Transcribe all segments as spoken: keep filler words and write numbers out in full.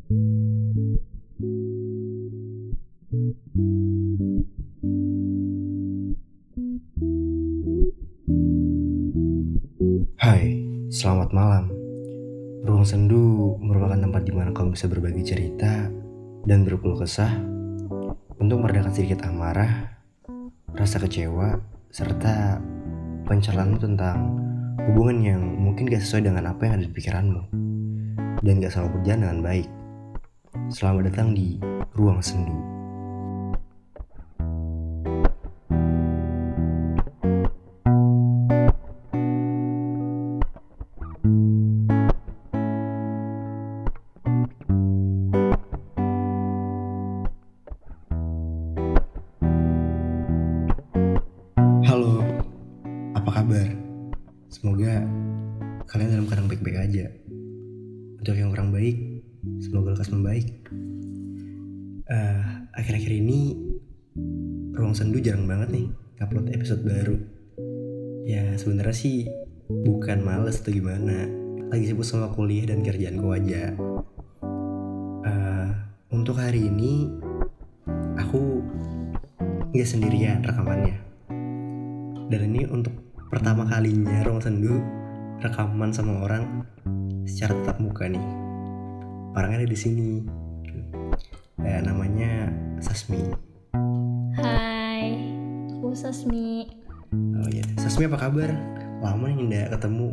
Hai, selamat malam. Ruang Sendu merupakan tempat di mana kamu bisa berbagi cerita dan berkeluh kesah untuk meredakan sedikit amarah, rasa kecewa, serta pencerahanmu tentang hubungan yang mungkin gak sesuai dengan apa yang ada di pikiranmu dan gak selalu berjalan dengan baik. Selamat datang di Ruang Sendu. Halo, apa kabar? Semoga kalian dalam keadaan baik-baik aja. Untuk yang kurang baik, semoga lekas membaik. Uh, akhir-akhir ini Ruang Sendu jarang banget nih upload episode baru. Ya sebenarnya sih bukan males atau gimana, lagi sibuk sama kuliah dan kerjaanku aja. Uh, untuk hari ini aku nggak sendirian rekamannya. Dan ini untuk pertama kalinya Ruang Sendu rekaman sama orang secara tatap muka nih. Orangnya ada di sini. Eh, namanya Sasmi. Hai, aku Sasmi. Oh iya, Sasmi apa kabar? Lama nih nggak ketemu.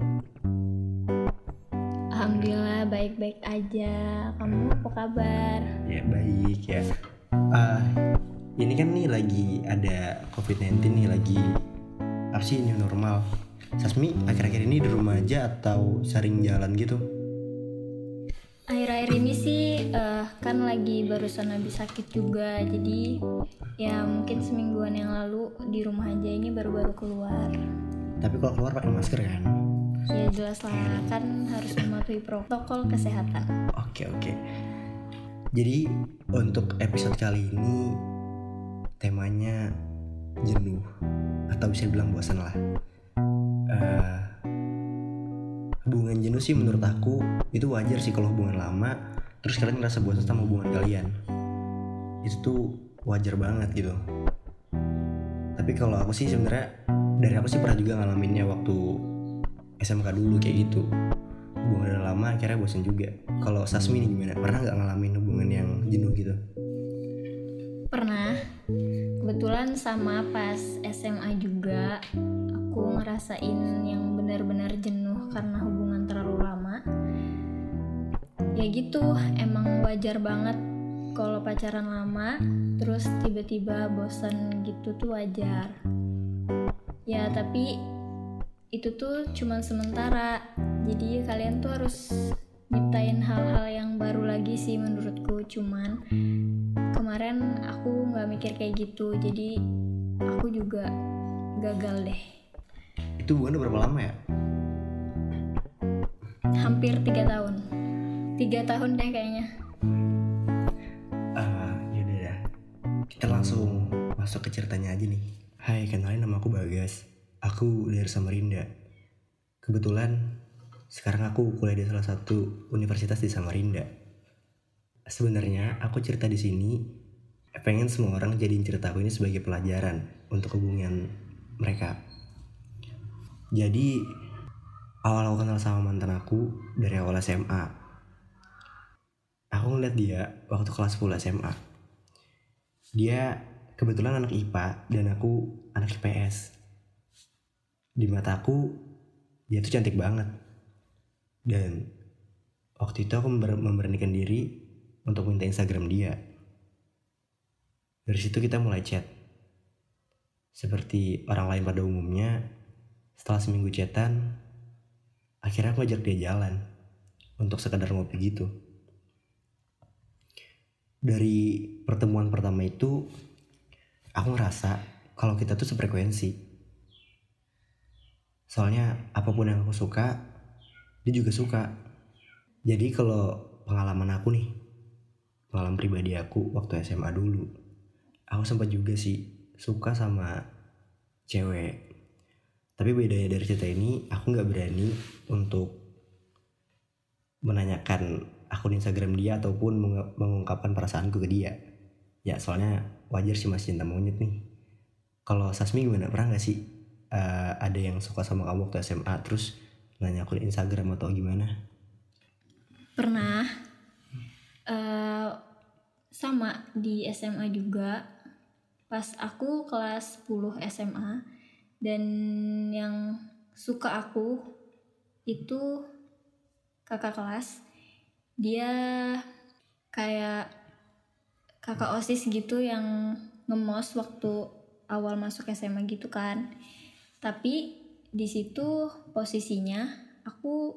Alhamdulillah baik-baik aja. Kamu apa kabar? Ya baik ya. Uh, ini kan nih lagi ada covid sembilan belas nih, lagi apa sih, new normal. Sasmi akhir-akhir ini di rumah aja atau sering jalan gitu? Akhir-akhir ini sih uh, kan lagi barusan habis sakit juga. Jadi ya mungkin semingguan yang lalu di rumah aja, ini baru-baru keluar. Tapi kalau keluar pakai masker kan? Ya jelas lah, kan harus mematuhi protokol kesehatan. Oke oke. Jadi untuk episode kali ini temanya jenuh, atau bisa dibilang bosan lah. Uh, hubungan jenuh sih menurut aku itu wajar sih. Kalau hubungan lama terus kalian ngerasa bosan sama hubungan kalian, itu tuh wajar banget gitu. Tapi kalau aku sih sebenarnya, dari aku sih pernah juga ngalaminnya waktu S M K dulu kayak gitu. Hubungan udah lama akhirnya bosan juga. Kalau Sasmi nih gimana? Pernah nggak ngalamin hubungan yang jenuh gitu? Pernah. Kebetulan sama pas S M A juga aku ngerasain yang benar-benar jenuh karena hubungan terlalu lama. Ya gitu, emang wajar banget kalau pacaran lama terus tiba-tiba bosan gitu tuh wajar. Ya tapi itu tuh cuma sementara. Jadi kalian tuh harus nyiptain hal-hal yang baru lagi sih menurutku. Cuman kemarin aku gak mikir kayak gitu, jadi aku juga gagal deh. Itu hubungan udah berapa lama ya? Hampir tiga tahun. Tiga tahun deh kayaknya. Uh, yaudah dah, kita langsung masuk ke ceritanya aja nih. Hai, kenalin, nama aku Bagas. Aku dari Samarinda. Kebetulan sekarang aku kuliah di salah satu universitas di Samarinda. Sebenarnya aku cerita di sini pengen semua orang jadiin ceritaku ini sebagai pelajaran untuk hubungan mereka. Jadi awal aku kenal sama mantan aku dari awal S M A. Aku ngeliat dia waktu kelas sepuluh S M A. Dia kebetulan anak I P A dan aku anak I P S. Di mata aku dia tuh cantik banget. Dan waktu itu aku member- memberanikan diri untuk minta Instagram dia. Dari situ kita mulai chat. Seperti orang lain pada umumnya, setelah seminggu chatan, akhirnya aku ajak dia jalan untuk sekedar ngopi gitu. Dari pertemuan pertama itu, aku ngerasa kalau kita tuh sefrekuensi. Soalnya apapun yang aku suka, dia juga suka. Jadi kalau pengalaman aku nih, pengalaman pribadi aku waktu S M A dulu, aku sempat juga sih suka sama cewek. Tapi bedanya dari cerita ini, aku gak berani untuk menanyakan akun Instagram dia ataupun meng- mengungkapkan perasaanku ke dia. Ya soalnya wajar sih masih cinta monyet nih. Kalau Sasmi gimana? Pernah gak sih uh, ada yang suka sama kamu waktu S M A terus nanya akun Instagram atau gimana? Pernah. Uh, sama di S M A juga. Pas aku kelas sepuluh S M A. Dan yang suka aku itu kakak kelas. Dia kayak kakak OSIS gitu yang ngemos waktu awal masuk S M A gitu kan. Tapi di situ posisinya aku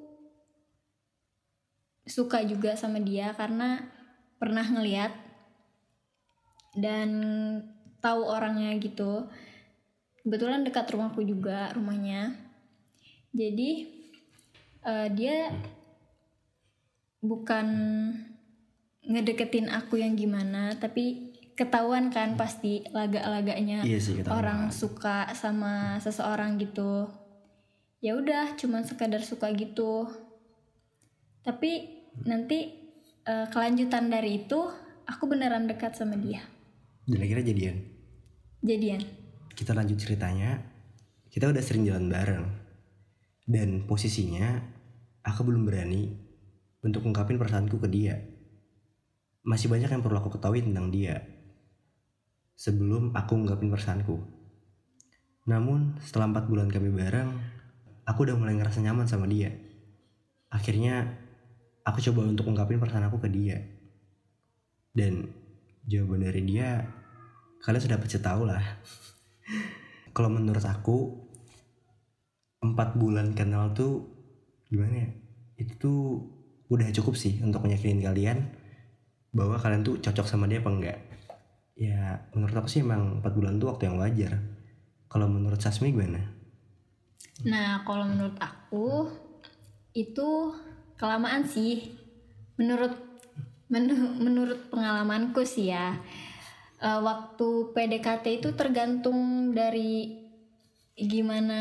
suka juga sama dia karena pernah ngeliat dan tahu orangnya gitu. Kebetulan dekat rumahku juga rumahnya. Jadi uh, dia bukan ngedeketin aku yang gimana, tapi ketahuan kan pasti laga-laganya. Iya sih, orang suka sama seseorang gitu. Ya udah, cuman sekadar suka gitu. Tapi nanti uh, kelanjutan dari itu aku beneran dekat sama dia. Dan akhirnya jadian. Jadian. Kita lanjut ceritanya. Kita udah sering jalan bareng. Dan posisinya aku belum berani untuk ungkapin perasaanku ke dia. Masih banyak yang perlu aku ketahui tentang dia sebelum aku ungkapin perasaanku. Namun setelah empat bulan kami bareng, aku udah mulai ngerasa nyaman sama dia. Akhirnya aku coba untuk ungkapin perasaan aku ke dia. Dan jawaban dari dia kalian sudah pasti tahu lah. Kalau menurut aku empat bulan kenal tuh gimana ya, itu tuh udah cukup sih untuk meyakinkan kalian bahwa kalian tuh cocok sama dia apa enggak. Ya menurut aku sih emang empat bulan tuh waktu yang wajar. Kalau menurut Sasmi gimana? Nah kalau menurut aku itu kelamaan sih. Menurut men- menurut pengalamanku sih ya, uh, waktu P D K T itu tergantung dari gimana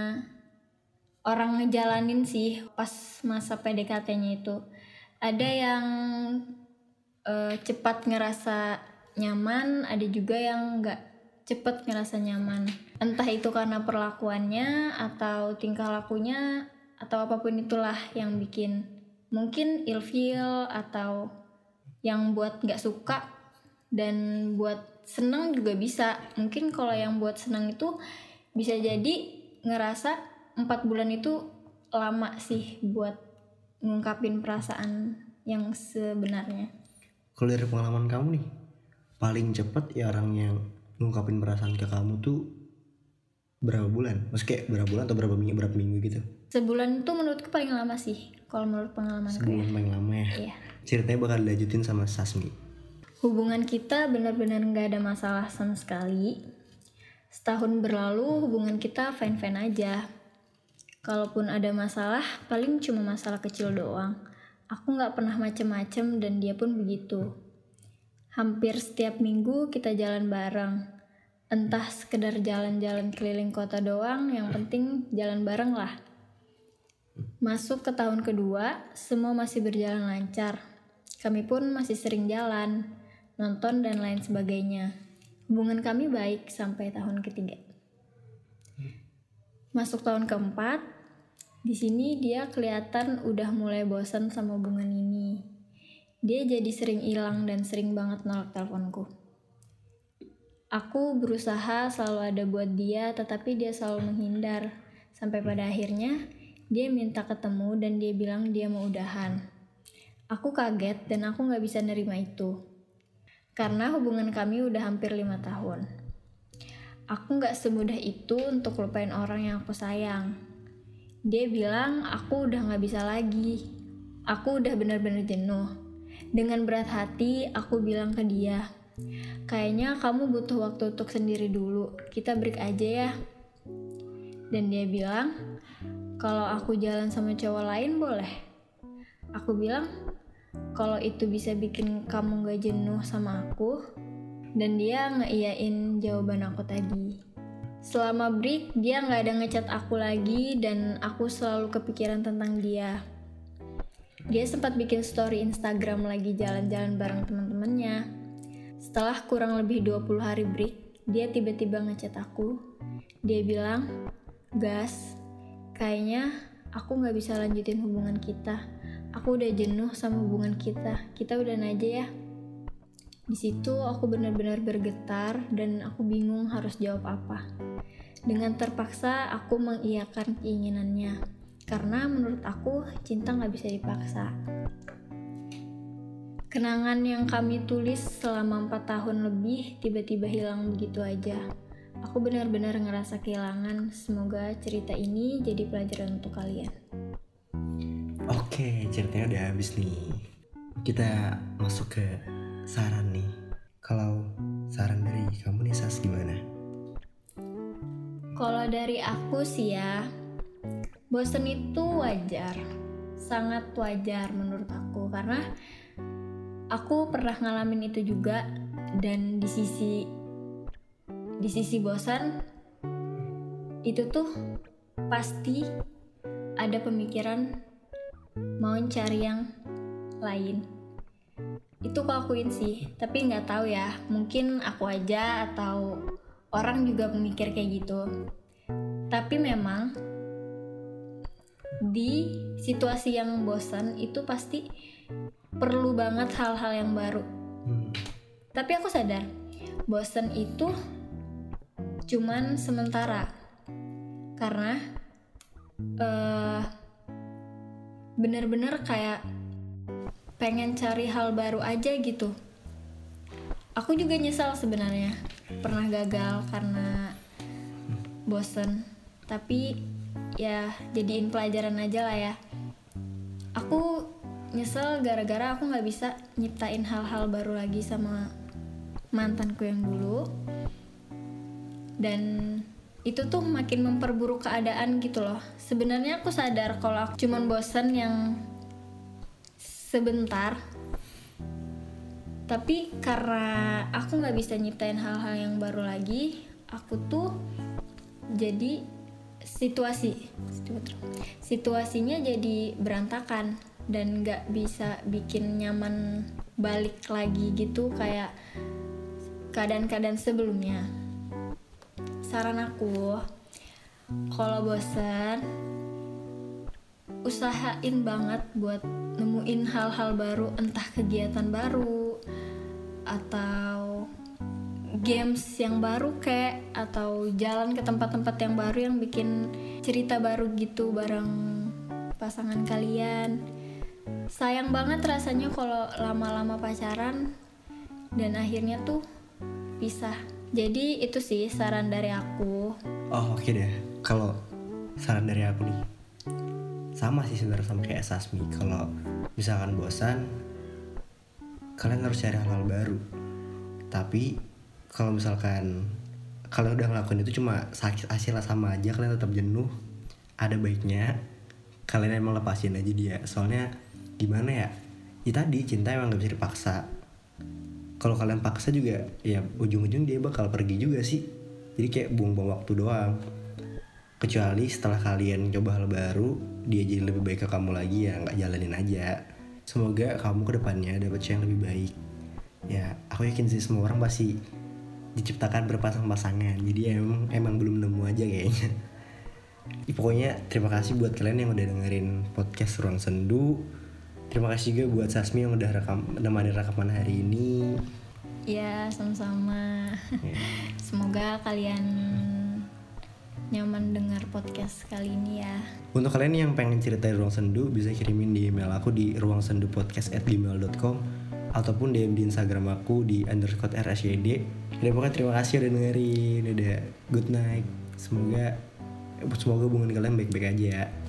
orang ngejalanin sih pas masa P D K T-nya itu. Ada yang uh, cepat ngerasa nyaman, ada juga yang nggak cepat ngerasa nyaman. Entah itu karena perlakuannya atau tingkah lakunya atau apapun itulah yang bikin mungkin ilfeel atau yang buat nggak suka dan buat seneng juga bisa. Mungkin kalau yang buat seneng itu bisa jadi ngerasa empat bulan itu lama sih buat ngungkapin perasaan yang sebenarnya. Kalau dari pengalaman kamu nih, paling cepat ya orang yang ngungkapin perasaan ke kamu tuh berapa bulan? Maksudnya kayak berapa bulan atau berapa minggu, berapa minggu gitu? Sebulan tuh menurutku paling lama sih, kalau menurut pengalamanku. Sebulan ya. paling lama ya? Iya. Ceritanya bakal dilanjutin sama Sasmi. Hubungan kita benar-benar gak ada masalah sama sekali. Setahun berlalu hubungan kita fine-fine aja. Kalaupun ada masalah, paling cuma masalah kecil doang. Aku gak pernah macem-macem dan dia pun begitu. Hampir setiap minggu kita jalan bareng. Entah sekedar jalan-jalan keliling kota doang, yang penting jalan bareng lah. Masuk ke tahun kedua, semua masih berjalan lancar. Kami pun masih sering jalan, nonton dan lain sebagainya. Hubungan kami baik sampai tahun ketiga. Masuk tahun keempat, di sini dia kelihatan udah mulai bosan sama hubungan ini. Dia jadi sering hilang dan sering banget nolak teleponku. Aku berusaha selalu ada buat dia, tetapi dia selalu menghindar. Sampai pada akhirnya, dia minta ketemu dan dia bilang dia mau udahan. Aku kaget dan aku gak bisa nerima itu. Karena hubungan kami udah hampir lima tahun. Aku gak semudah itu untuk lupain orang yang aku sayang. Dia bilang aku udah gak bisa lagi. Aku udah benar-benar jenuh. Dengan berat hati, aku bilang ke dia, kayaknya kamu butuh waktu untuk sendiri dulu. Kita break aja ya. Dan dia bilang, kalau aku jalan sama cowok lain boleh. Aku bilang, kalau itu bisa bikin kamu gak jenuh sama aku. Dan dia ngeiyain jawaban aku tadi. Selama break, dia gak ada ngechat aku lagi dan aku selalu kepikiran tentang dia. Dia sempat bikin story Instagram lagi jalan-jalan bareng teman-temannya. Setelah kurang lebih dua puluh hari break, dia tiba-tiba ngechat aku. Dia bilang, "Gas, kayaknya aku gak bisa lanjutin hubungan kita. Aku udah jenuh sama hubungan kita. Kita udahan aja ya." Di situ aku benar-benar bergetar dan aku bingung harus jawab apa. Dengan terpaksa aku mengiyakan keinginannya. Karena menurut aku cinta gak bisa dipaksa. Kenangan yang kami tulis selama empat tahun lebih tiba-tiba hilang begitu aja. Aku benar-benar ngerasa kehilangan. Semoga cerita ini jadi pelajaran untuk kalian. Oke, ceritanya udah habis nih. Kita masuk ke saran nih. Kalau saran dari kamu nih Sas gimana? Kalau dari aku sih ya, bosen itu wajar, sangat wajar menurut aku, karena aku pernah ngalamin itu juga. Dan di sisi di sisi bosan itu tuh pasti ada pemikiran mau cari yang lain. Itu aku akuin sih, tapi nggak tahu ya, mungkin aku aja atau orang juga pemikir kayak gitu. Tapi memang di situasi yang bosan itu pasti perlu banget hal-hal yang baru. Hmm. Tapi aku sadar bosan itu cuman sementara, karena uh, bener-bener kayak pengen cari hal baru aja gitu. Aku juga nyesal sebenarnya pernah gagal karena bosan, tapi ya jadiin pelajaran aja lah ya. Aku nyesel gara-gara aku gak bisa nyiptain hal-hal baru lagi sama mantanku yang dulu. Dan itu tuh makin memperburuk keadaan gitu loh. Sebenarnya aku sadar kalau aku cuman bosan yang sebentar, tapi karena aku gak bisa nyiptain hal-hal yang baru lagi, aku tuh jadi situasi situasinya jadi berantakan dan gak bisa bikin nyaman balik lagi gitu kayak keadaan-keadaan sebelumnya. Saran aku, kalau bosan, usahain banget buat nemuin hal-hal baru, entah kegiatan baru atau games yang baru kayak, atau jalan ke tempat-tempat yang baru yang bikin cerita baru gitu bareng pasangan kalian. Sayang banget rasanya kalau lama-lama pacaran dan akhirnya tuh pisah. Jadi itu sih saran dari aku. Oh oke okay deh, kalau saran dari aku nih sama sih sebenarnya sama kayak Sasmi. Kalau misalkan bosan, kalian harus cari hal-hal baru. Tapi kalau misalkan kalian udah ngelakuin itu cuma sakit hasilnya sama aja, kalian tetap jenuh, ada baiknya kalian emang lepasin aja dia. Soalnya gimana ya, ya tadi cinta emang gak bisa dipaksa. Kalau kalian paksa juga ya ujung-ujung dia bakal pergi juga sih. Jadi kayak buang-buang waktu doang. Kecuali setelah kalian coba hal baru, dia jadi lebih baik ke kamu lagi, ya gak jalanin aja. Semoga kamu kedepannya dapet yang lebih baik. Ya aku yakin sih semua orang pasti diciptakan berpasang-pasangan. Jadi emang, emang belum nemu aja kayaknya. Ya, pokoknya terima kasih buat kalian yang udah dengerin podcast Ruang Sendu. Terima kasih juga buat Sasmi yang udah rekam, menemani rekaman hari ini. Ya sama-sama. Ya. Semoga kalian nyaman dengar podcast kali ini ya. Untuk kalian yang pengen ceritain Ruang Sendu, bisa kirimin di email aku di ruang sendu podcast at gmail dot com ataupun D M di Instagram aku di underscore r s y d. Dan pokoknya terima kasih udah dengerin. Udah good night. Semoga semoga hubungan kalian baik-baik aja ya.